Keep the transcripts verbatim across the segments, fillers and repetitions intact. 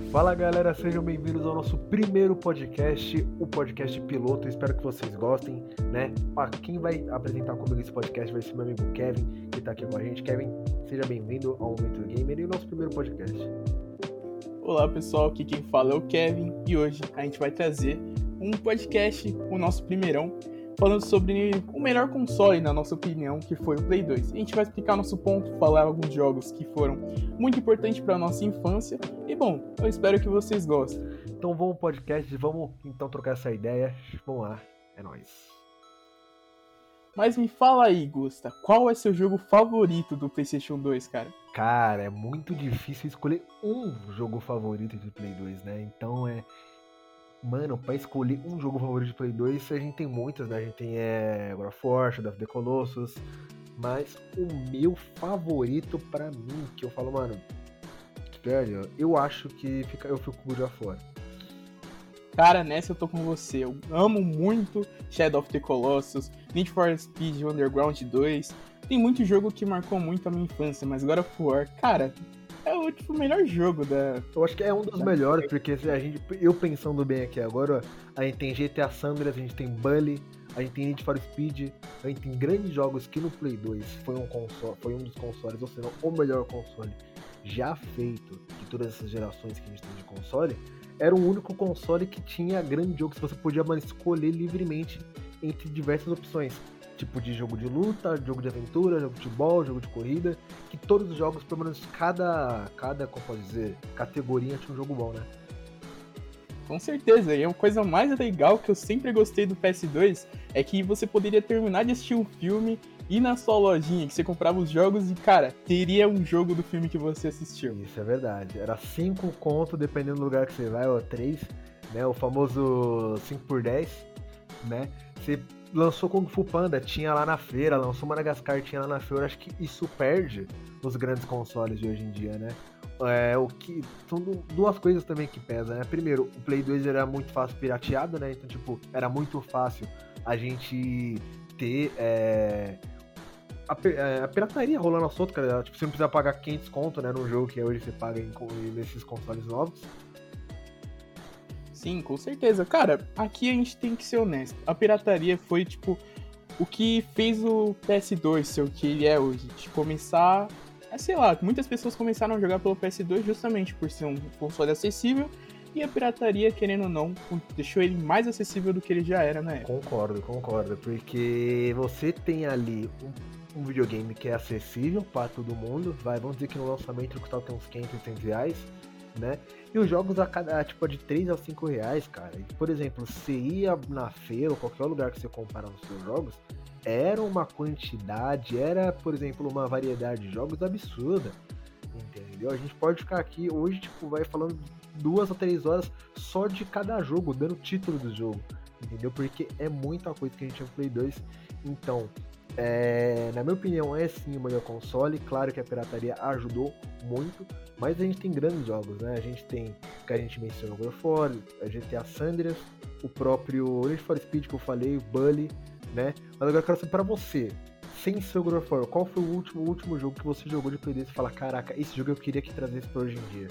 Fala galera, sejam bem-vindos ao nosso primeiro podcast, o podcast piloto. Espero que vocês gostem, né? Ah, quem vai apresentar comigo esse podcast vai ser meu amigo Kevin, que tá aqui com a gente. Kevin, seja bem-vindo ao Momento Gamer e o nosso primeiro podcast. Olá pessoal, aqui quem fala é o Kevin e hoje a gente vai trazer um podcast, o nosso primeirão, falando sobre o melhor console, na nossa opinião, que foi o Play dois. A gente vai explicar nosso ponto, falar alguns jogos que foram muito importantes para a nossa infância. E bom, eu espero que vocês gostem. Então vamos ao podcast, vamos então trocar essa ideia. Vamos lá, é nóis. Mas me fala aí, Gusta, qual é seu jogo favorito do PlayStation dois, cara? Cara, é muito difícil escolher um jogo favorito de Play dois, né? Então é... Mano, pra escolher um jogo favorito de Play dois, a gente tem muitos, né? A gente tem é, God of War, Shadow of the Colossus, mas o meu favorito pra mim, que eu falo, mano, velho, eu acho que fica, eu fico com God of War. Cara, nessa eu tô com você. Eu amo muito Shadow of the Colossus, Need for Speed Underground dois. Tem muito jogo que marcou muito a minha infância, mas God of War, cara... é o tipo, melhor jogo da... Eu acho que é um dos melhores, porque a gente, eu pensando bem aqui agora, a gente tem G T A San Andreas, a gente tem Bully, a gente tem Need for Speed, a gente tem grandes jogos que no Play dois foi um, console, foi um dos consoles, ou seja, o melhor console já feito de todas essas gerações que a gente tem de console. Era o único console que tinha grande jogo que você podia, mano, escolher livremente entre diversas opções. Tipo de jogo de luta, jogo de aventura, jogo de futebol, jogo de corrida, que todos os jogos, pelo menos cada, cada, como pode dizer, categoria tinha um jogo bom, né? Com certeza, e a coisa mais legal que eu sempre gostei do P S dois é que você poderia terminar de assistir um filme, ir na sua lojinha, que você comprava os jogos e, cara, teria um jogo do filme que você assistiu. Isso é verdade, era cinco conto, dependendo do lugar que você vai, ou três, né, o famoso cinco por dez, né, você... lançou Kung Fu Panda, tinha lá na feira, lançou Madagascar, tinha lá na feira. Acho que isso perde nos grandes consoles de hoje em dia, né? É, o que, são duas coisas também que pesam, né? Primeiro, o Play dois era muito fácil pirateado, né? Então, tipo, era muito fácil a gente ter é, a, a pirataria rolando ao solto, cara. Tipo, você não precisa pagar quinhentos conto, né? Num jogo que hoje você paga em, nesses consoles novos. Sim, com certeza. Cara, aqui a gente tem que ser honesto. A pirataria foi, tipo, o que fez o P S dois ser o que ele é hoje. De começar... É, sei lá, muitas pessoas começaram a jogar pelo P S dois justamente por ser um console acessível. E a pirataria, querendo ou não, deixou ele mais acessível do que ele já era na época. Concordo, concordo. Porque você tem ali um, um videogame que é acessível para todo mundo. Vai, vamos dizer que no lançamento ele custava uns quinhentos, oitocentos reais. Né? E os jogos a cada, tipo, de três a cinco reais, cara. E, por exemplo, você ia na feira ou qualquer lugar que você comprava os seus jogos, era uma quantidade, era, por exemplo, uma variedade de jogos absurda, entendeu? A gente pode ficar aqui hoje, tipo, vai falando duas a três horas só de cada jogo, dando título do jogo, entendeu? Porque é muita coisa que a gente tinha no Play dois. Então, é, na minha opinião, é sim o melhor console. Claro que a pirataria ajudou muito, mas a gente tem grandes jogos, né? A gente tem, que a gente mencionou, o God of War, a G T A San Andreas, o próprio Need for Speed que eu falei, o Bully, né? Mas agora eu quero saber pra você, sem ser o God of War, qual foi o último, o último jogo que você jogou de Play dois e fala, caraca, esse jogo eu queria que trazesse pra hoje em dia?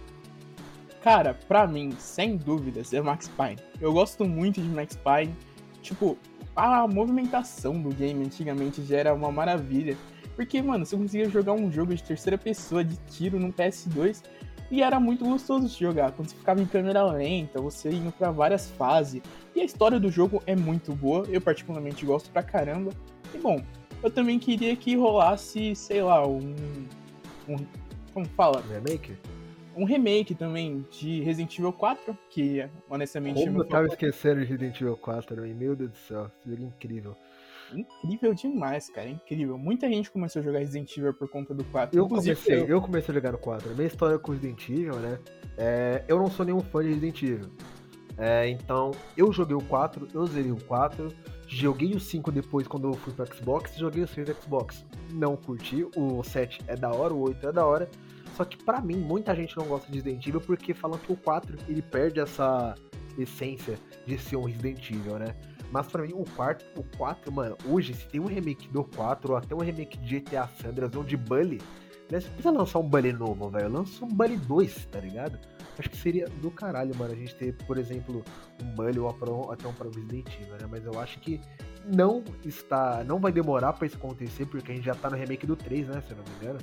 Cara, pra mim, sem dúvidas, é Max Payne. Eu gosto muito de Max Payne. Tipo, a movimentação do game antigamente já era uma maravilha. Porque, mano, você conseguia jogar um jogo de terceira pessoa de tiro no P S dois e era muito gostoso de jogar. Quando você ficava em câmera lenta, você indo pra várias fases. E a história do jogo é muito boa, eu particularmente gosto pra caramba. E, bom, eu também queria que rolasse, sei lá, um... um como fala? Um remake? Um remake também de Resident Evil quatro, que honestamente... Como eu tava esquecendo de Resident Evil quatro, meu Deus do céu, esse jogo é incrível. Incrível demais, cara, incrível. Muita gente começou a jogar Resident Evil por conta do quatro. Eu comecei, eu. eu comecei a jogar no quatro. A minha história com Resident Evil, né? É, eu não sou nenhum fã de Resident Evil. É, então, eu joguei o quatro, eu zerei o quatro, joguei o cinco depois quando eu fui pro Xbox, joguei o seis do Xbox. Não curti, o sete é da hora, o oito é da hora. Só que pra mim, muita gente não gosta de Resident Evil porque falam que o quatro, ele perde essa essência de ser um Resident Evil, né? Mas pra mim, o quarto, o quatro, mano, hoje, se tem um remake do quatro, ou até um remake de G T A San Andreas ou de Bully, né? Você precisa lançar um Bully novo, velho. Lança um Bully dois, tá ligado? Acho que seria do caralho, mano, a gente ter, por exemplo, um Bully ou até um próprio Resident Evil, né? Mas eu acho que não está. Não vai demorar pra isso acontecer, porque a gente já tá no remake do três, né? Se eu não me engano.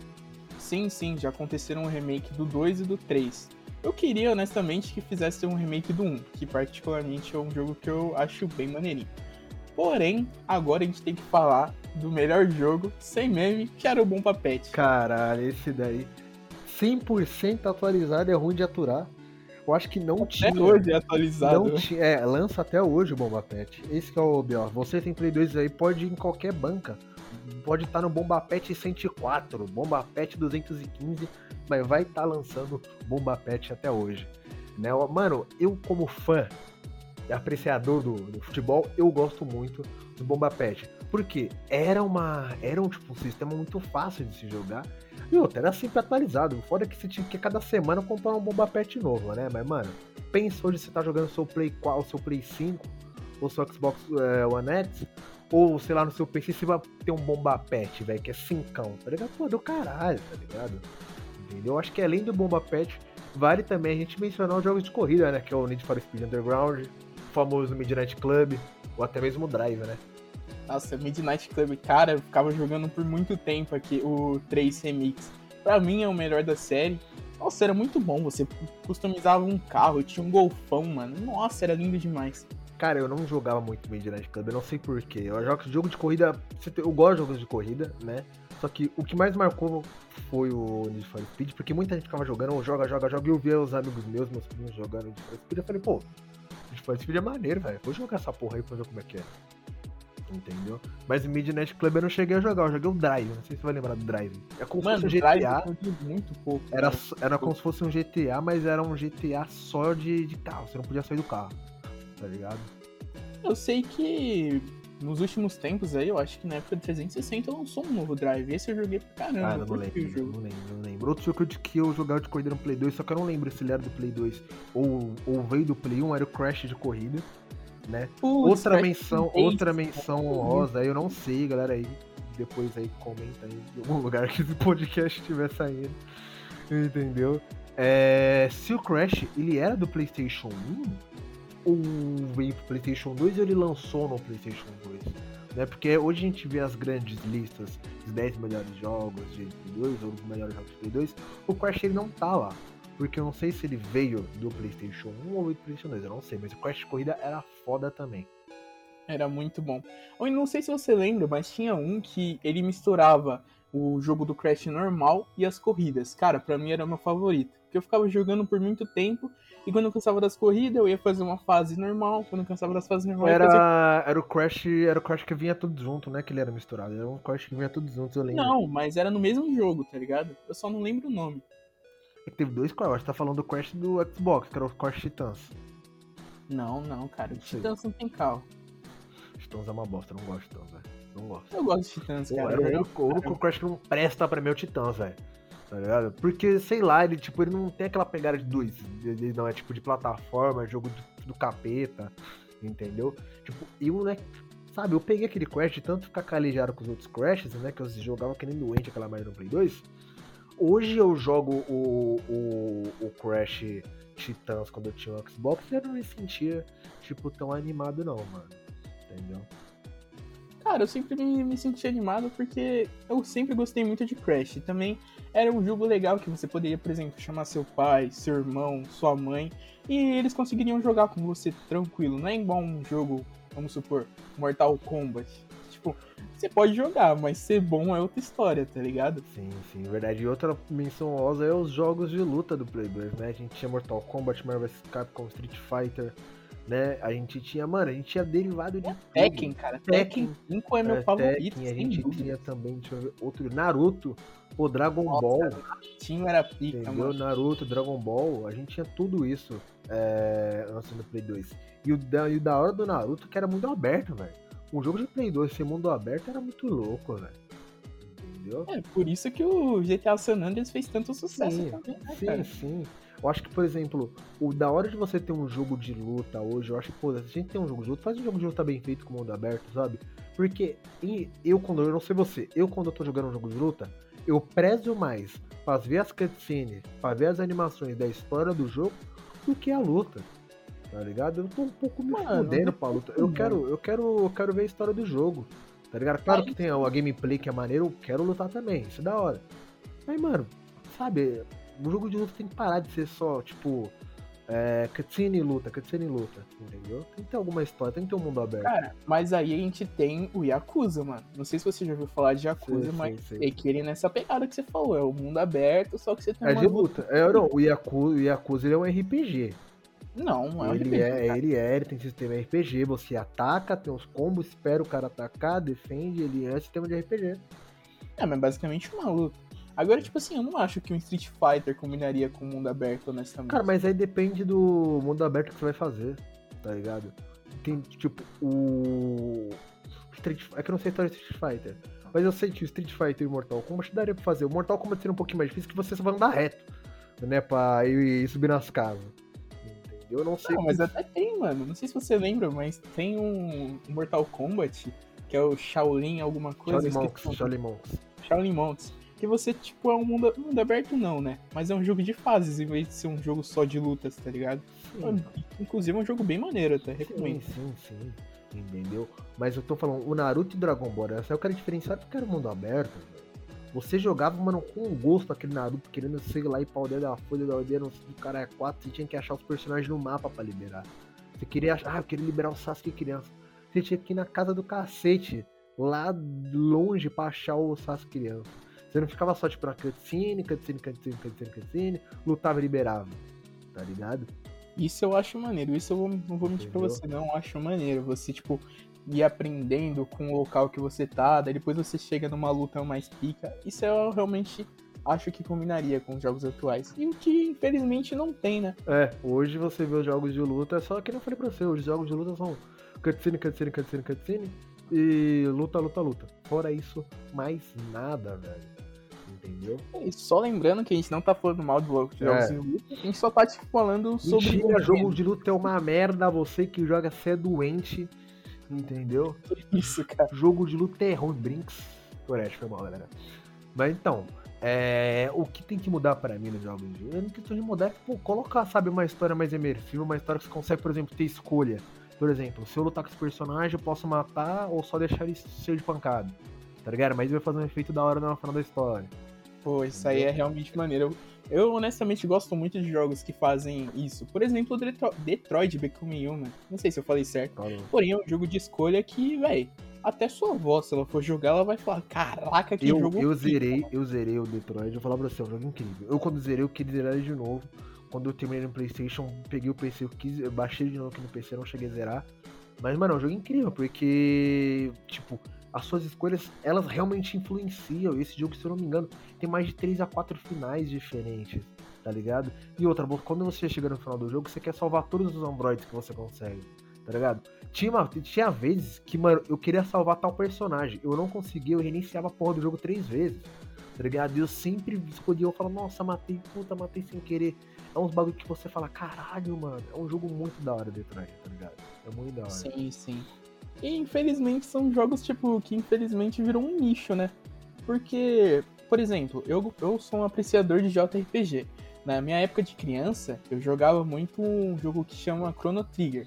Sim, sim, já aconteceram um remake do dois e do três. Eu queria, honestamente, que fizesse um remake do um, que particularmente é um jogo que eu acho bem maneirinho. Porém, agora a gente tem que falar do melhor jogo, sem meme, que era o Bomba Pet. Caralho, esse daí, cem por cento atualizado, é ruim de aturar. Eu acho que não tinha. Até hoje é atualizado. Não tinha, é, lança até hoje o Bomba Pet. Esse que é o B O. Você tem Play dois aí, pode ir em qualquer banca. Pode estar no Bomba Pet cento e quatro, Bomba Pet duzentos e quinze, mas vai estar lançando Bomba Pet até hoje. Né? Mano, eu como fã, apreciador do, do futebol, eu gosto muito do Bomba Pet. Porque era uma. Era um, tipo, um sistema muito fácil de se jogar. E outra, era sempre atualizado. O foda é que você tinha que cada semana comprar um Bomba Pet novo, né? Mas, mano, pensa hoje você tá jogando seu Play quatro, seu Play cinco, ou seu Xbox é, One X, ou sei lá, no seu P C, você vai ter um Bomba Pet, velho, que é cincão, tá ligado? Pô, do caralho, tá ligado? Entendeu? Eu acho que além do Bomba Pet, vale também a gente mencionar os jogos de corrida, né? Que é o Need for Speed Underground, o famoso Midnight Club, ou até mesmo o Drive, né? Nossa, Midnight Club, cara, eu ficava jogando por muito tempo aqui o três Remix. Pra mim é o melhor da série. Nossa, era muito bom, você customizava um carro, tinha um golfão, mano. Nossa, era lindo demais. Cara, eu não jogava muito Midnight Club, eu não sei porquê. Eu jogo jogo de corrida, eu gosto de jogos de corrida, né? Só que o que mais marcou foi o Need for Speed, porque muita gente ficava jogando, ou joga, joga, joga, e eu via os amigos meus, meus primos jogando Need for Speed, eu falei, pô, Need for Speed é maneiro, velho, vou jogar essa porra aí pra ver como é que é. Entendeu? Mas o Midnight Club eu não cheguei a jogar, eu joguei o Drive, não sei se você vai lembrar do Drive. É como Mano, se fosse um G T A. Muito pouco. Era, era como se fosse um G T A, mas era um G T A só de, de carro, você não podia sair do carro, tá ligado? Eu sei que nos últimos tempos aí, eu acho que na época do trezentos e sessenta lançou um novo Drive. Esse eu joguei pra caramba. Ah, não, não lembro, não lembro, não lembro. Outro jogo que eu jogava de corrida no Play dois, só que eu não lembro se ele era do Play dois ou, ou veio do Play um, era o Crash de corrida, né? Putz, outra menção, outra menção honrosa, aí eu não sei, galera, aí depois aí comenta aí em algum lugar que esse podcast estiver saindo, entendeu? É, se o Crash, ele era do PlayStation um, ou veio pro PlayStation dois ou ele lançou no PlayStation dois, né? Porque hoje a gente vê as grandes listas dos dez melhores jogos de Play dois ou dos melhores jogos de Play dois, o Crash ele não tá lá, porque eu não sei se ele veio do PlayStation um ou do PlayStation dois, eu não sei, mas o Crash de corrida era foda também. Era muito bom. Eu não sei se você lembra, mas tinha um que ele misturava o jogo do Crash normal e as corridas. Cara, pra mim era o meu favorito, porque eu ficava jogando por muito tempo. E quando eu cansava das corridas, eu ia fazer uma fase normal. Quando eu cansava das fases normais, era, eu fazia... era o Crash, era o Crash que vinha tudo junto, né? Que ele era misturado. Era um Crash que vinha tudo junto, eu lembro. Não, mas era no mesmo jogo, tá ligado? Eu só não lembro o nome. É que teve dois Crash, você tá falando do Crash do Xbox, que era o Crash Titans. Não, não, cara. O Titãs não tem carro. Titãs é uma bosta, eu não gosto de Titãs, velho. Não gosto. Eu gosto de Titãs, cara. Era o único, o único Crash que não presta pra mim é o Titãs, velho. Tá ligado? Porque, sei lá, ele, tipo, ele não tem aquela pegada de dois. Ele não é tipo de plataforma, jogo de, do capeta, entendeu? Tipo, eu, né, sabe, eu peguei aquele Crash de tanto ficar calejado com os outros Crashes, né, que eu jogava que nem doente aquela merda no Play dois. Hoje eu jogo o, o, o Crash Titãs quando eu tinha um Xbox e eu não me sentia, tipo, tão animado não, mano. Entendeu? Cara, eu sempre me, me senti animado porque eu sempre gostei muito de Crash. E também era um jogo legal que você poderia, por exemplo, chamar seu pai, seu irmão, sua mãe, e eles conseguiriam jogar com você tranquilo. Não é igual um jogo, vamos supor, Mortal Kombat. Tipo, você pode jogar, mas ser bom é outra história, tá ligado? Sim, sim, verdade. E outra menção honrosa é os jogos de luta do Play dois, né? A gente tinha Mortal Kombat, Marvel versus. Capcom, Street Fighter, né? A gente tinha, mano, a gente tinha derivado de Tekken, cara. Tekken cinco é meu é, favorito. Tekken, a gente dúvida. Tinha também, deixa eu ver, outro, Naruto, o Dragon Nossa, Ball. Naruto era pica, entendeu? mano. Naruto, Dragon Ball, a gente tinha tudo isso é, antes do Play dois. E o, da, e o da hora do Naruto que era mundo aberto, velho. O jogo de Play dois ser mundo aberto era muito louco, velho. Entendeu? É, por isso que o G T A San Andreas fez tanto sucesso sim, também, né, sim, cara? Sim. Eu acho que, por exemplo, o da hora de você ter um jogo de luta hoje, eu acho que, pô, se a gente tem um jogo de luta, faz um jogo de luta bem feito com o mundo aberto, sabe? Porque eu, quando eu não sei você, eu quando eu tô jogando um jogo de luta, eu prezo mais pra ver as cutscenes, pra ver as animações da história do jogo, do que a luta. Tá ligado? Eu tô um pouco me Mano, fudendo pra luta. Eu quero, eu quero, eu quero ver a história do jogo. Tá ligado? Claro que tem a, a gameplay que é maneiro, eu quero lutar também, isso é da hora. Mas, mano, sabe, o jogo de luta tem que parar de ser só, tipo, é, cutscene e luta, cutscene e luta, entendeu? Tem que ter alguma história, tem que ter um mundo aberto. Cara, mas aí a gente tem o Yakuza, mano. Não sei se você já ouviu falar de Yakuza, Sei, mas sei, sei. é que ele é nessa pegada que você falou, é o mundo aberto, só que você tem É uma de luta. É, não, o Yakuza, o Yakuza ele é um R P G. Não, não é um Ele R P G, é, cara. ele é, ele tem sistema R P G, você ataca, tem os combos, espera o cara atacar, defende, ele é sistema de R P G. É, mas basicamente uma luta. Agora, tipo assim, eu não acho que um Street Fighter combinaria com o mundo aberto, honestamente. Cara, mas aí depende do mundo aberto que você vai fazer, tá ligado? Tem, tipo, o... Street... É que eu não sei se é Street Fighter, mas eu sei que o Street Fighter e o Mortal Kombat daria pra fazer. O Mortal Kombat seria um pouquinho mais difícil, que você só vai andar reto, né, pra ir, ir subir nas casas. Entendeu? Eu não sei... Não, mas que... até tem, mano. Não sei se você lembra, mas tem um Mortal Kombat, que é o Shaolin alguma coisa. Shaolin esqueci Monks, o nome. Shaolin Monks. Shaolin Monks. Que você, tipo, é um mundo, mundo aberto não, né? Mas é um jogo de fases, em vez de ser um jogo só de lutas, tá ligado? Sim. Inclusive é um jogo bem maneiro, até recomendo. Sim, sim, sim. Entendeu? Mas eu tô falando, o Naruto e Dragon Ball, essa eu quero diferenciar porque era o mundo aberto, velho. Você jogava, mano, com gosto aquele Naruto, querendo, sei lá, ir pau dentro da folha da aldeia, do cara é quatro, você tinha que achar os personagens no mapa pra liberar. Você queria achar, ah, eu queria liberar o Sasuke criança. Você tinha que ir na casa do cacete, lá longe pra achar o Sasuke criança. Você não ficava só, tipo, na cutscene, cutscene, cutscene, cutscene, cutscene, lutava e liberava, tá ligado? Isso eu acho maneiro, isso eu vou, não vou mentir pra você, não, eu acho maneiro. Você, tipo, ir aprendendo com o local que você tá, daí depois você chega numa luta mais pica. Isso eu realmente acho que combinaria com os jogos atuais. E o que, infelizmente, não tem, né? É, hoje você vê os jogos de luta, é só que eu falei pra você, os jogos de luta são cutscene, cutscene, cutscene, cutscene, e luta, luta, luta. Fora isso, mais nada, velho. Entendeu? E só lembrando que a gente não tá falando mal de jogos É. de luta, a gente só tá tipo, falando sobre. Mentira, jogo de luta é uma merda, você que joga, você é doente, entendeu? Isso, cara. Jogo de luta é ruim, Brinks. Correto, foi mal, galera. Mas então, é, o que tem que mudar pra mim nos jogos de luta, é questão de mudar, pô, colocar, sabe, uma história mais imersiva, uma história que você consegue, por exemplo, ter escolha. Por exemplo, se eu lutar com esse personagem, eu posso matar ou só deixar ele ser de pancada, tá ligado? Mas vai fazer um efeito da hora no final da história. Pô, isso aí é realmente maneiro. Eu, eu honestamente gosto muito de jogos que fazem isso. Por exemplo, o Detro- Detroit Become Human. Não sei se eu falei certo. Falou. Porém, é um jogo de escolha que, véi, até sua avó, se ela for jogar, ela vai falar, caraca, que Eu, jogo eu pica, zerei, mano." eu zerei o Detroit, eu vou falar pra você, é um jogo incrível. Eu quando zerei, eu queria zerar ele de novo. Quando eu terminei no Playstation, peguei o P C, eu, quis, eu baixei ele de novo aqui no P C, não cheguei a zerar. Mas, mano, é um jogo incrível, porque, tipo, as suas escolhas, elas realmente influenciam. Esse jogo, se eu não me engano, tem mais de três a quatro finais diferentes, tá ligado? E outra, quando você chega no final do jogo, você quer salvar todos os androids que você consegue, tá ligado? Tinha, uma, tinha vezes que, mano, eu queria salvar tal personagem, eu não conseguia, eu reiniciava a porra do jogo três vezes, tá ligado? E eu sempre escolhia, eu falava, nossa, matei, puta, matei sem querer. É uns bagulho que você fala, caralho, mano, é um jogo muito da hora, Detroit, tá ligado? É muito da hora. Sim, sim. E infelizmente são jogos, tipo, que infelizmente viram um nicho, né? Porque, por exemplo, eu, eu sou um apreciador de J R P G. Na minha época de criança, eu jogava muito um jogo que chama Chrono Trigger.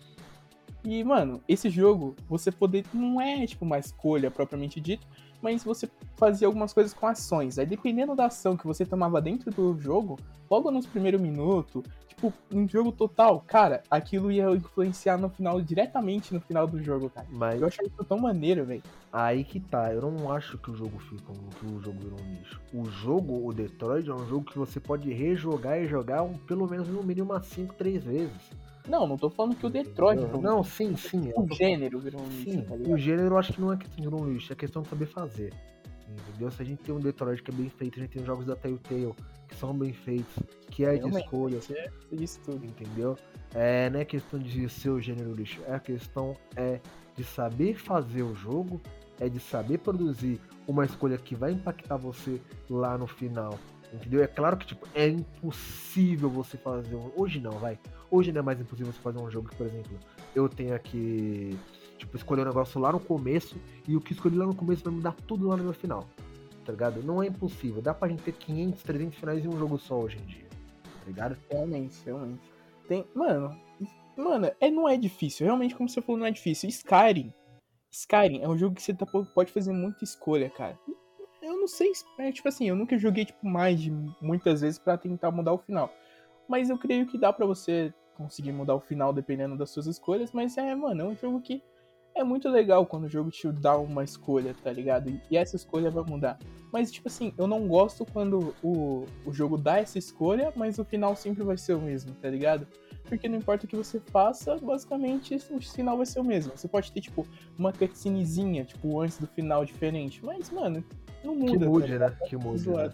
E, mano, esse jogo, você poder. Não é, tipo, uma escolha propriamente dita, mas você fazia algumas coisas com ações. Aí, dependendo da ação que você tomava dentro do jogo, logo nos primeiros minutos, tipo, em jogo total, cara, aquilo ia influenciar no final, diretamente no final do jogo, cara. Mas Eu achei isso tão maneiro, velho. aí que tá, eu não acho que o jogo fica, que o jogo virou um nicho. O jogo, o Detroit, é um jogo que você pode rejogar e jogar um, pelo menos no mínimo umas cinco, três vezes. Não, não tô falando que o Detroit Não, virou um não, nicho. sim, sim. O gênero virou um Sim, nicho, tá ligado? o gênero eu acho que não é questão de virar um lixo, é questão de saber fazer. Entendeu? Se a gente tem um Detroit que é bem feito, a gente tem jogos da Telltale que são bem feitos, que é de Realmente, escolha, Você disse tudo. entendeu? É, não é questão de ser o gênero lixo, é a questão é de saber fazer o jogo, é de saber produzir uma escolha que vai impactar você lá no final, entendeu? É claro que tipo, é impossível você fazer um... Hoje não, vai. Hoje não é mais impossível você fazer um jogo que, por exemplo, eu tenha que tipo, escolher um negócio lá no começo e o que escolhi lá no começo vai mudar tudo lá no meu final. tá ligado? Não é impossível. Dá pra gente ter quinhentos, trezentos finais em um jogo só hoje em dia, tá ligado? Realmente, realmente. Tem, mano, mano, é, não é difícil. Realmente, como você falou, não é difícil. Skyrim. Skyrim é um jogo que você tá, pode fazer muita escolha, cara. Eu não sei, é, tipo assim, eu nunca joguei tipo mais de muitas vezes pra tentar mudar o final. Mas eu creio que dá pra você conseguir mudar o final dependendo das suas escolhas. Mas é, mano, é um jogo que é muito legal quando o jogo te dá uma escolha, tá ligado? E essa escolha vai mudar. Mas, tipo assim, eu não gosto quando o, o jogo dá essa escolha, mas o final sempre vai ser o mesmo, tá ligado? Porque não importa o que você faça, basicamente o final vai ser o mesmo. Você pode ter, tipo, uma cutscenezinha, tipo, antes do final diferente. Mas, mano, não muda. Que mude, tá né? Que mude, zoado. né?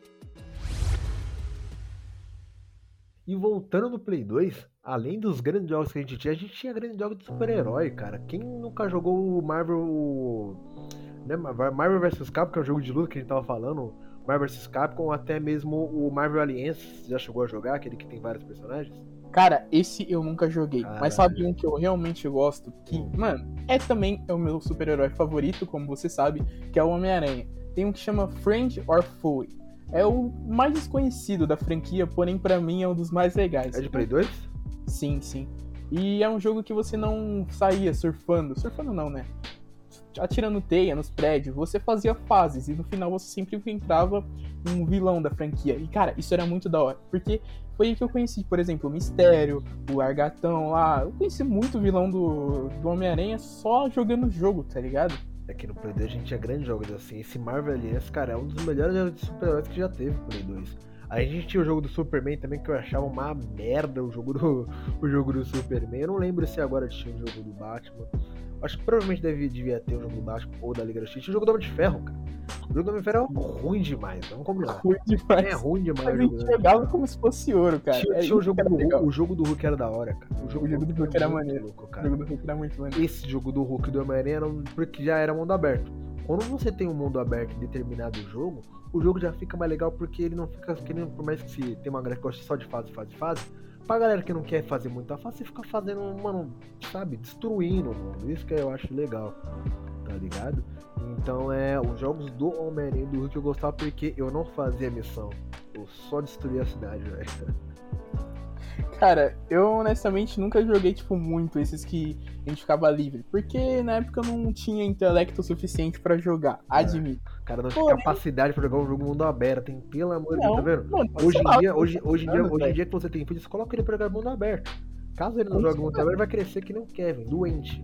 E voltando no Play dois, além dos grandes jogos que a gente tinha, a gente tinha grandes jogos de super-herói, cara. Quem nunca jogou o Marvel... Né, Marvel versus. Capcom, que é o jogo de luta que a gente tava falando, Marvel versus. Capcom, ou até mesmo o Marvel Alliance, já chegou a jogar, aquele que tem vários personagens? Cara, esse eu nunca joguei. Caralho. Mas sabe um que eu realmente gosto? Que, Hum. mano, é também é o meu super-herói favorito, como você sabe, que é o Homem-Aranha. Tem um que chama Friend or Foe. É o mais desconhecido da franquia, porém pra mim é um dos mais legais. É de Play dois? Sim, sim. E é um jogo que você não saía surfando. Surfando não, né? Atirando teia nos prédios, você fazia fases e no final você sempre encontrava um vilão da franquia. E cara, isso era muito da hora, porque foi aí que eu conheci, por exemplo, o Mistério, o Argatão lá. Eu conheci muito vilão do, do Homem-Aranha só jogando o jogo, tá ligado? É que no Play dois a gente tinha grandes jogos assim. Esse Marvel Alliance, cara, é um dos melhores jogos de super-heróis que já teve no Play dois. Aí a gente tinha o jogo do Superman também, que eu achava uma merda o jogo do, o jogo do Superman. Eu não lembro se agora tinha o jogo do Batman. Acho que provavelmente deve, devia ter o jogo do Batman ou da Liga da Justiça. Tinha o jogo do Homem de Ferro, cara. O jogo do Homem de Ferro é ruim demais, vamos combinar. Ruim demais. É ruim demais. A gente jogava como se fosse ouro, cara. Tinha, É tinha o, isso jogo que era do, legal. o jogo do Hulk era da hora, cara. O jogo, O jogo do Hulk era muito maneiro. louco, O cara. jogo do Hulk era muito maneiro. Esse jogo do Hulk e do Homem-Aranha era um- porque já era mundo aberto. Quando você tem um mundo aberto em determinado jogo, o jogo já fica mais legal porque ele não fica querendo, por mais que se tem uma galera que gosta só de fase, fase, fase, pra galera que não quer fazer muita fase, você fica fazendo, mano, sabe, destruindo o mundo. Isso que eu acho legal, tá ligado? Então é, os jogos do Homem-Aranha e do Hulk eu gostava porque eu não fazia missão, eu só destruía a cidade, velho. Cara, eu honestamente nunca joguei, tipo, muito esses que a gente ficava livre. Porque na época eu não tinha intelecto suficiente pra jogar, admito. O cara não tinha Porém- capacidade pra jogar um jogo mundo aberto, hein? Pelo amor de Deus, Não, tá vendo? mano, Hoje sei em lá, dia, eu tô hoje, hoje em dia, pensando, hoje em velho. dia que você tem filho, você coloca ele pra jogar mundo aberto. Caso ele não Com jogue mundo certeza. aberto, ele vai crescer que nem o Kevin, doente.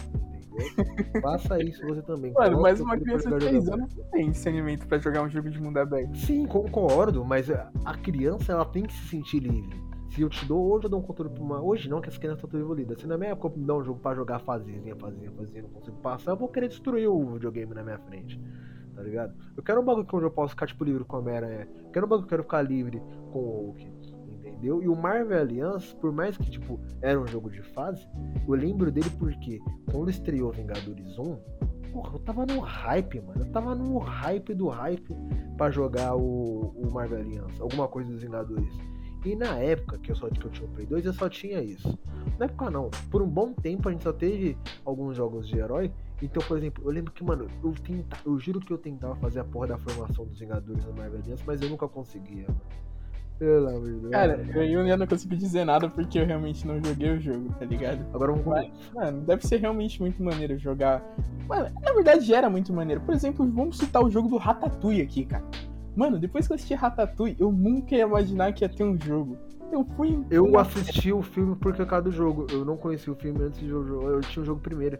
Entendeu? Faça isso você também. Mano, Coloque mas seu uma filho pra criança jogar de jogo três aberto. anos não tem discernimento pra jogar um jogo de mundo aberto. Sim, concordo, mas a criança ela tem que se sentir livre. Se eu te dou, hoje eu dou um controle pra uma. Hoje não, que as crianças estão tudo evoluídas. Se na minha época eu me dá um jogo pra jogar fazinha, fazinha, fazinha, não consigo passar, eu vou querer destruir o videogame na minha frente. Tá ligado? Eu quero um bagulho onde eu posso ficar tipo livre com a Homem-Aranha. Eu quero um bagulho que eu quero ficar livre com o Hulk. Entendeu? E o Marvel Alliance, por mais que tipo era um jogo de fase, eu lembro dele porque quando estreou Vingadores um, porra, eu tava no hype, mano. Eu tava no hype do hype pra jogar o, o Marvel Alliance, alguma coisa dos Vingadores. E na época que eu só que eu tinha o Play dois, eu só tinha isso. Na época não, por um bom tempo a gente só teve alguns jogos de herói. Então, por exemplo, eu lembro que, mano, eu tenta, eu juro que eu tentava fazer a porra da formação dos Vingadores no Marvel Alliance, mas eu nunca conseguia, mano. Pelo amor de Deus. Cara, eu eu não consigo dizer nada porque eu realmente não joguei o jogo, tá ligado? Agora vamos Mas, mano, deve ser realmente muito maneiro jogar. Mano, na verdade já era muito maneiro. Por exemplo, vamos citar o jogo do Ratatouille aqui, cara. Mano, depois que eu assisti Ratatouille, eu nunca ia imaginar que ia ter um jogo. Eu fui. Eu uma- assisti o filme por causa do jogo. Eu não conheci o filme antes de eu jogo. Eu tinha o jogo primeiro.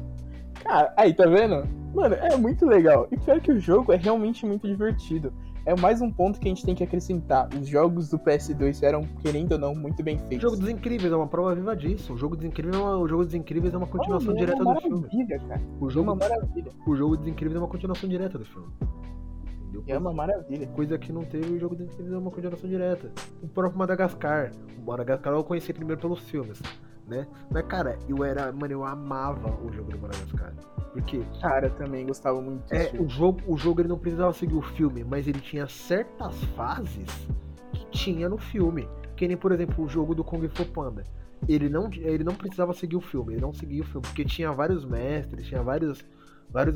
Cara, aí, tá vendo? Mano, é muito legal. E pior que o jogo é realmente muito divertido. É mais um ponto que a gente tem que acrescentar. Os jogos do P S dois eram, querendo ou não, muito bem O feitos. jogo dos Incríveis é uma prova viva disso. O jogo dos Incríveis é uma, o jogo dos Incríveis é uma continuação Mano, direta é uma do filme. maravilha, cara. O É jogo, uma maravilha. o jogo dos Incríveis é uma continuação direta do filme. Entendeu? É uma maravilha. Coisa que não teve, o jogo dos Incríveis é uma continuação direta. O próprio Madagascar. O Madagascar eu conheci primeiro pelos filmes, né? Mas cara, eu era, mano, eu amava o jogo do Madagascar. Porque Cara, também gostava muito é, desse o jogo, o jogo ele não precisava seguir o filme, mas ele tinha certas fases que tinha no filme. Que nem, por exemplo, o jogo do Kung Fu Panda. Ele não, ele não precisava seguir o filme, ele não seguia o filme, porque tinha vários mestres, tinha vários, vários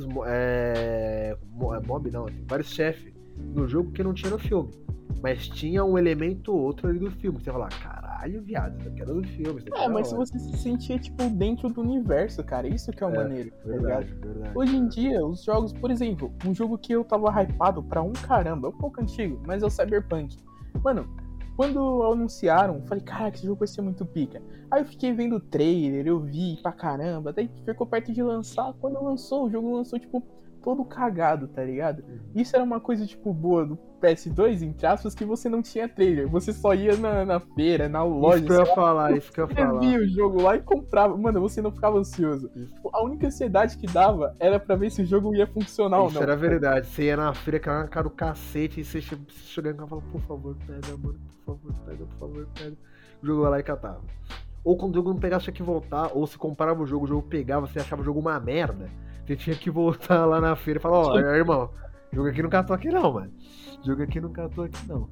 é, mob, não, vários chefes no jogo que não tinha no filme. Mas tinha um elemento ou outro ali do filme. Você fala, caralho, viado, isso aqui era do filme. Isso aqui É, mas se você se sentia, tipo, dentro do universo, cara, isso que é o É, maneiro, tá verdade, ligado? verdade. Hoje em dia, os jogos, por exemplo, um jogo que eu tava hypado pra um caramba, é um pouco antigo, mas é o Cyberpunk. Mano, quando anunciaram, eu falei, caraca, esse jogo vai ser muito pica. Aí eu fiquei vendo o trailer, eu vi pra caramba, daí ficou perto de lançar. Quando lançou, o jogo lançou, tipo, todo cagado, tá ligado? Isso era uma coisa, tipo, boa do P S dois, entre aspas, que você não tinha trailer. Você só ia na, na feira, na loja. Isso que eu ia falar, isso que eu ia Você falar. via o jogo lá e comprava. Mano, você não ficava ansioso. Tipo, a única ansiedade que dava era pra ver se o jogo ia funcionar ou Isso não. era verdade. Você ia na feira, que era na cara do cacete, e você che- chegava em casa e falava, por favor, pega, mano, por favor, pega, por favor, pega. O jogo ia lá e catava. Ou quando o jogo não pegasse, tinha que voltar, ou se comprava o jogo, o jogo pegava, você achava o jogo uma merda, você tinha que voltar lá na feira e falar, ó, oh, irmão, jogo aqui não catou aqui não, mano. Jogo aqui não catou aqui não.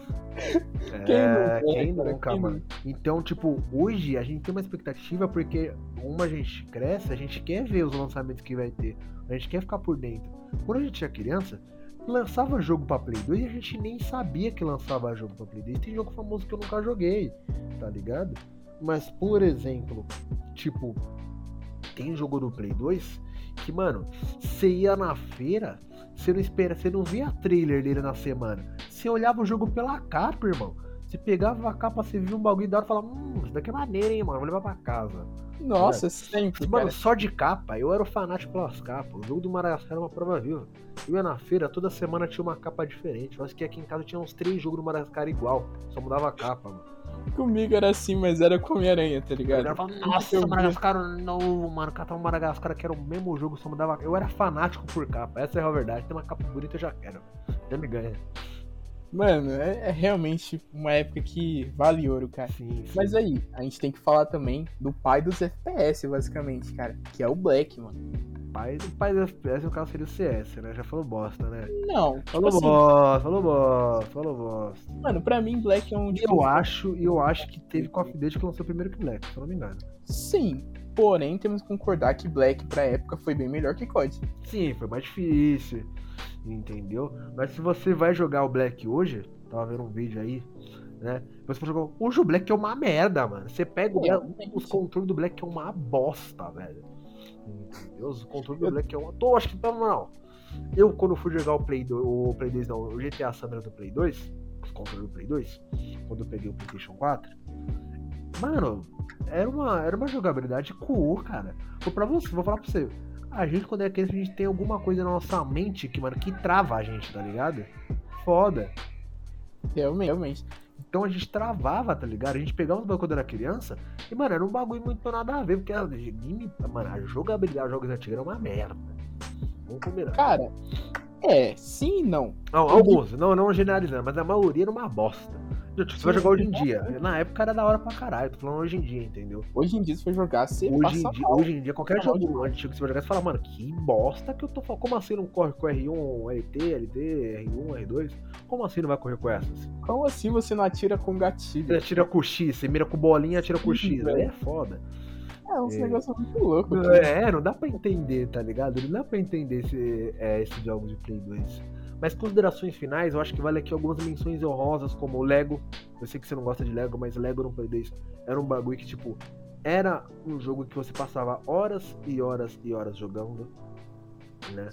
Quem É, nunca, quem cara, nunca, quem mano. nunca? Então, tipo, hoje a gente tem uma expectativa porque como a gente cresce, a gente quer ver os lançamentos que vai ter. A gente quer ficar por dentro. Quando a gente era criança, lançava jogo pra Play dois e a gente nem sabia que lançava jogo pra Play dois. Tem jogo famoso que eu nunca joguei, tá ligado? Mas, por exemplo, tipo, tem jogo do Play dois que, mano, você ia na feira, você não espera, você não via trailer dele na semana. Você olhava o jogo pela capa, irmão. Você pegava a capa, você via um bagulho da hora e falava, hum, isso daqui é maneiro, hein, mano, vou levar pra casa. Nossa, sempre, Mano, cara. só de capa, eu era o fanático pelas capas. O jogo do Madagascar era uma prova viva. Eu ia na feira, toda semana tinha uma capa diferente. Eu acho que aqui em casa tinha uns três jogos do Madagascar igual. Só mudava a capa, mano. Comigo era assim, mas era com Homem-Aranha, tá Eu ligado? era falando, nossa, Madagascar novo, mano. Catava o Madagascar que era o mesmo jogo, só mudava. Eu era fanático por capa, essa é a verdade. Tem uma capa bonita, eu já quero. Já me ganha. Mano, é, é realmente uma época que vale ouro, cara. Sim, sim. Mas aí, a gente tem que falar também do pai dos F P S, basicamente, cara. Que é o Black, mano. Pai, pai do F P S, no caso, seria o C S, né? Já falou bosta, né? Não, tipo Falou assim, bosta, falou bosta, falou bosta. mano, pra mim Black é um... E eu acho, e eu acho que teve Call of Duty que lançou primeiro que Black, se eu não me engano. Sim, porém temos que concordar que Black pra época foi bem melhor que C O D. Sim, foi mais difícil, entendeu? Mas se você vai jogar o Black hoje, tava vendo um vídeo aí, né? Você for jogar, hoje o Black é uma merda, mano. Você pega o É, Black, os controles do Black é uma bosta, velho. Entendeu? Os controles do Black é uma... Tô, acho que não, não. Eu, quando fui jogar o Play dois, o Play dois não, o G T A San Andreas do Play dois, os controles do Play dois, quando eu peguei o PlayStation quatro, mano, era uma, era uma jogabilidade cool, cara. Vou pra você, vou falar pra você. A gente, quando é criança, a gente tem alguma coisa na nossa mente que, mano, que trava a gente, tá ligado? Foda. Realmente, realmente. Então a gente travava, tá ligado? A gente pegava os bagulho quando era criança e, mano, era um bagulho muito nada a ver, porque a, game, mano, a jogabilidade dos jogos antigos era uma merda. Vamos combinar. Cara, é, sim e não. Não, alguns, não, não generalizando, mas a maioria era uma bosta. Você vai jogar hoje em dia. Na época era da hora pra caralho, tô falando hoje em dia, entendeu? Hoje em dia, se for jogar, você Hoje em, passa dia, mal. hoje em dia, qualquer Passa mal jogo demais. antigo que você vai jogar, você fala, mano, que bosta que eu tô falando. Como assim não corre com R um, L T, L T, R um, R dois? Como assim não vai correr com essas? Como assim você não atira com gatilho? Você atira com X, você mira com bolinha e atira com Sim, X. velho. Aí é foda. É uns É. negócios muito loucos. cara. É, não dá pra entender, tá ligado? Não dá pra entender esse, é, esses jogos de Play dois. Mas considerações finais, eu acho que vale aqui algumas menções honrosas, como o Lego. Eu sei que você não gosta de Lego, mas Lego no Play dois era um bagulho que, tipo, era um jogo que você passava horas e horas e horas jogando, né?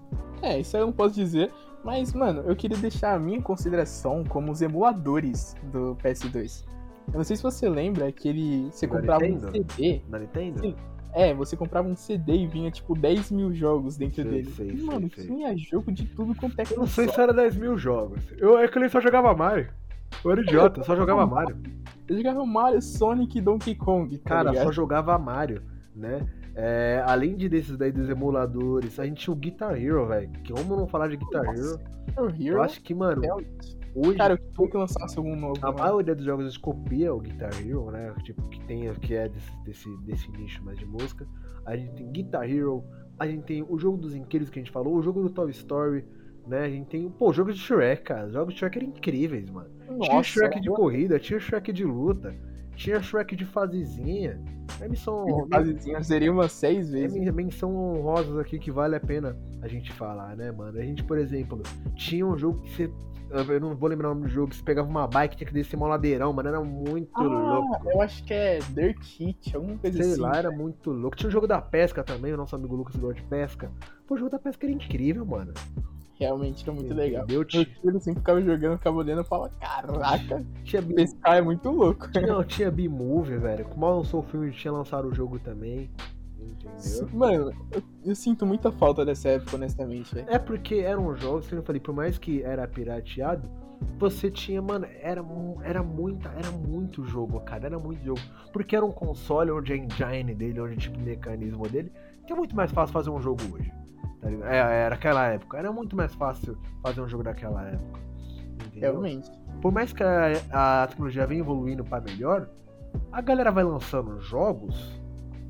É, isso aí eu não posso dizer. Mas, mano, eu queria deixar a minha consideração como os emuladores do P S dois. Eu não sei se você lembra que ele, você Da comprava um Nintendo? C D. Na Nintendo? Sim. É, você comprava um C D e vinha tipo dez mil jogos dentro Sei, dele. sei, e, sei, mano, sei. tinha jogo de tudo quanto é Eu não sei console. se era dez mil jogos. Eu, é que ele só jogava Mario. Eu era idiota, eu só jogava Mario. Eu jogava Mario, Sonic e Donkey Kong, tá Cara, ligado? só jogava Mario, né? É, além de desses daí dos emuladores, a gente tinha o Guitar Hero, velho. Que como não falar de Guitar Nossa, Hero? Guitar Eu Hero, acho que, mano, realmente. hoje Cara, eu queria que lançasse algum novo. a mano. maioria dos jogos copia o Guitar Hero, né? Tipo, que tem, que é desse, desse, desse nicho mais de música. A gente tem Guitar Hero, a gente tem o jogo dos Incríveis que a gente falou, o jogo do Toy Story, né? A gente tem, pô, o jogo de Shrek, cara. Os jogos de Shrek eram incríveis, mano. Tinha Nossa, Shrek de era- corrida, tinha Shrek de luta, tinha Shrek de fasezinha, É missão. Fasezinha seria umas seis vezes. É menção honrosas aqui que vale a pena a gente falar, né, mano? A gente, por exemplo, tinha um jogo que você. Eu não vou lembrar o nome do jogo, que você pegava uma bike e tinha que descer um ladeirão, mano. Era muito ah, louco. Eu acho que é Dirt Hit, alguma coisa Sei assim. Sei lá, era né? muito louco. Tinha o jogo da pesca também, o nosso amigo Lucas gosta de pesca. Pô, o jogo da pesca era incrível, mano. Realmente era muito Entendeu? legal. Meu Meu tio filho assim ficava jogando, ficava olhando e falava, caraca, tinha B- esse cara é muito louco. Tinha, tinha B-Movie, velho. Mal lançou o filme, tinha lançado o jogo também. Entendeu? Mano, eu, eu sinto muita falta dessa época, honestamente, velho. É porque eram jogos, que eu falei, por mais que era pirateado, você tinha, mano, era, mu- era muita, era muito jogo, cara, era muito jogo. Porque era um console onde a engine dele, onde tipo, o mecanismo dele, que é muito mais fácil fazer um jogo hoje. Tá ligado? É, era aquela época, era muito mais fácil fazer um jogo daquela época. Entendeu? Realmente. Por mais que a, a tecnologia venha evoluindo pra melhor, a galera vai lançando jogos,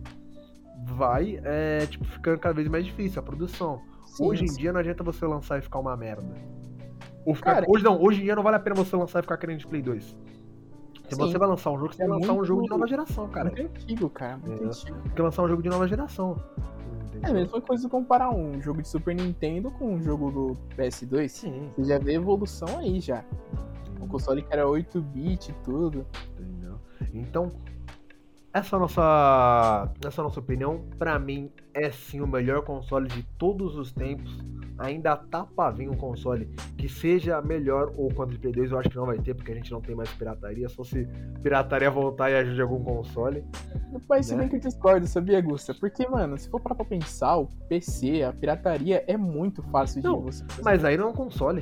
vai, é, tipo, ficando cada vez mais difícil a produção. Sim, Hoje em sim. dia não adianta você lançar e ficar uma merda. Ou ficar, Cara, hoje não, hoje em dia não vale a pena você lançar e ficar querendo de Play dois. Se Sim. você vai lançar um jogo, você É tem que lançar um muito- jogo de nova geração, cara. Muito antigo, cara, muito É. antigo. Tem que lançar um jogo de nova geração. É a mesma coisa comparar um jogo de Super Nintendo com um jogo do P S dois. Sim. Você já vê evolução aí já. Um console que era oito bit e tudo. Entendeu? Então, essa nossa, essa nossa opinião, pra mim, é sim o melhor console de todos os tempos. Ainda tá pra vir um console que seja melhor ou quanto de Play dois, eu acho que não vai ter, porque a gente não tem mais pirataria. Só se pirataria voltar e ajude algum console. Mas se Né? bem que eu discordo, sabia, Gusta? Porque, mano, se for parar pra pensar, o P C, a pirataria é muito fácil de Não, você fazer. Mas aí não é um console.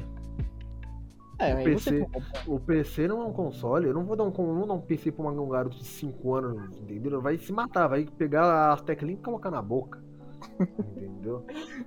é, o aí P você C tem que comprar. O P C não é um console. Eu não vou dar um, não vou dar um P C pra um garoto de cinco anos, entendeu? Vai se matar, vai pegar as teclinhas e colocar na boca. Entendeu?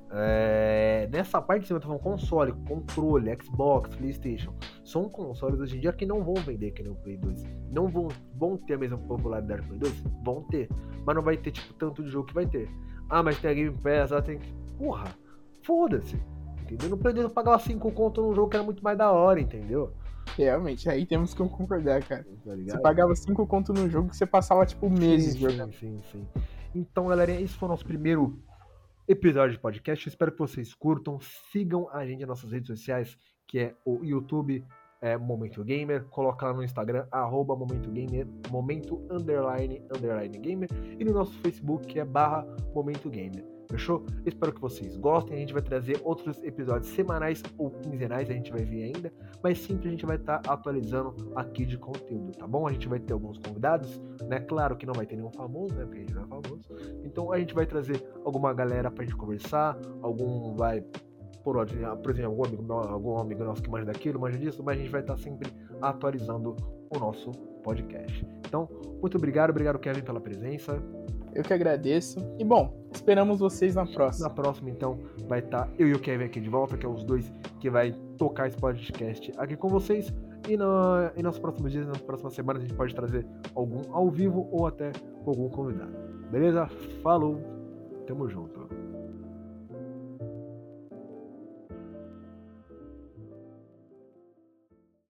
É, nessa parte de cima, eu tô falando console, controle, Xbox, PlayStation. São consoles hoje em dia que não vão vender que nem o Play dois. Não vão, vão ter a mesma popularidade do Play dois? Vão ter. Mas não vai ter, tipo, tanto de jogo que vai ter. Ah, mas tem a Game Pass, ah, tem que. Porra, foda-se. Entendeu? No Play dois eu pagava cinco conto num jogo que era muito mais da hora, entendeu? Realmente, aí temos que concordar, cara. Tá Você ligado? pagava cinco conto no jogo que você passava, tipo, meses sim, jogando. sim, sim, sim. Então, galerinha, esse foi o nosso primeiro episódio de podcast. Eu espero que vocês curtam. Sigam a gente nas nossas redes sociais, que é o YouTube, é Momento Gamer. Coloca lá no Instagram, arroba Momento Gamer, Momento underline, underline Gamer. E no nosso Facebook, que é barra Momento Gamer. Fechou? Eu espero que vocês gostem. A gente vai trazer outros episódios semanais ou quinzenais, a gente vai ver ainda. Mas sempre a gente vai estar tá atualizando aqui de conteúdo, tá bom? A gente vai ter alguns convidados, né? Claro que não vai ter nenhum famoso, né? Porque a gente não é famoso. Então a gente vai trazer alguma galera pra gente conversar. Algum vai, por, por exemplo, algum amigo, algum amigo nosso que manja daquilo, manja disso. Mas a gente vai estar tá sempre atualizando o nosso podcast. Então, muito obrigado. Obrigado, Kevin, pela presença. Eu que agradeço. E bom, esperamos vocês na próxima. Na próxima, então, vai estar eu e o Kevin aqui de volta, que é os dois que vai tocar esse podcast aqui com vocês. E, na, e nos próximos dias, nas próximas semanas, a gente pode trazer algum ao vivo ou até algum convidado. Beleza? Falou! Tamo junto.